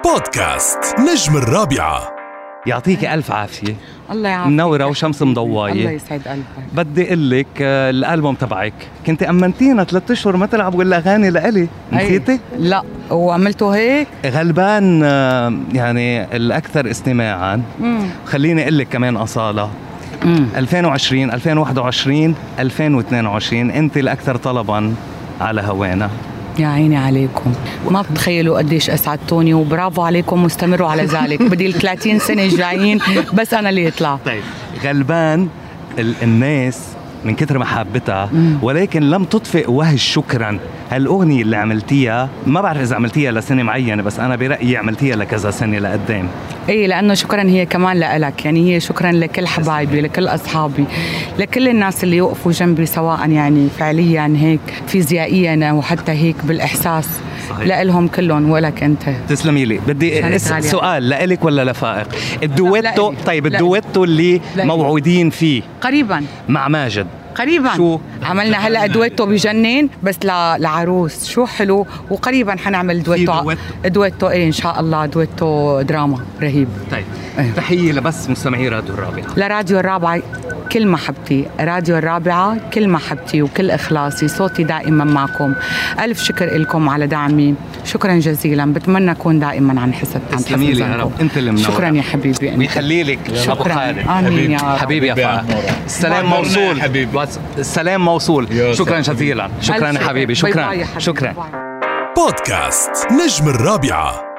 بودكاست نجم الرابعة. يعطيك ألف عافية. الله يعافيك. منورة وشمس مضوية. الله يسعد قلبك. بدي أقول لك الألبوم تبعك كنت أمنتينا 3 أشهر ما تلعبوا الأغاني لإلي، نسيتي؟ لا وعملته هيك غلبان يعني الأكثر استماعاً. خليني أقول لك كمان أصالة 2020 2021 2022 أنت الأكثر طلباً على هوانا. يا عيني عليكم، ما بتخيلوا قديش أسعدتوني وبرافو عليكم، مستمروا على ذلك. بدي 30 سنة الجايين بس أنا اللي يطلع. طيب غلبان الناس من كتر محبتها، ولكن لم تطفئ وهج شكرا. هالأغنية اللي عملتيها ما بعرف إذا عملتيها لسنة معينة، بس أنا برأيي عملتيها لكذا سنة لقدام. إيه، لأنه شكرا هي كمان لك، يعني هي شكرا لكل حبايبي، لكل أصحابي، لكل الناس اللي يوقفوا جنبي، سواء يعني فعليا هيك فيزيائيا وحتى هيك بالإحساس. لإلهم كلهم ولك أنت. تسلمي لي. بدي سؤال لإلك ولا لفائق؟ الدويتو. طيب الدويتو اللي موعودين فيه قريبا مع ماجد قريبا، شو عملنا هلا دويتو بجنن بس لعروس، شو حلو. وقريبا حنعمل دويتو ايه ان شاء الله، دويتو دراما رهيب. طيب تحية لبس مستمعي راديو الرابعة. لراديو الرابعة كل محبتي، راديو الرابعة كل محبتي وكل إخلاصي، صوتي دائما معكم. ألف شكر لكم على دعمي، شكرا جزيلا. بتمنى أكون دائما عن حسن تسلمي لي يا رب، انت اللي منور. شكرا يا حبيبي، ويخلي لك ابو خالد. امين يا رب. حبيبي يا فهد، السلام موصول. السلام موصول. شكرا جزيلا. شكرا يا حبيبي. شكرا. بودكاست نجم الرابعة.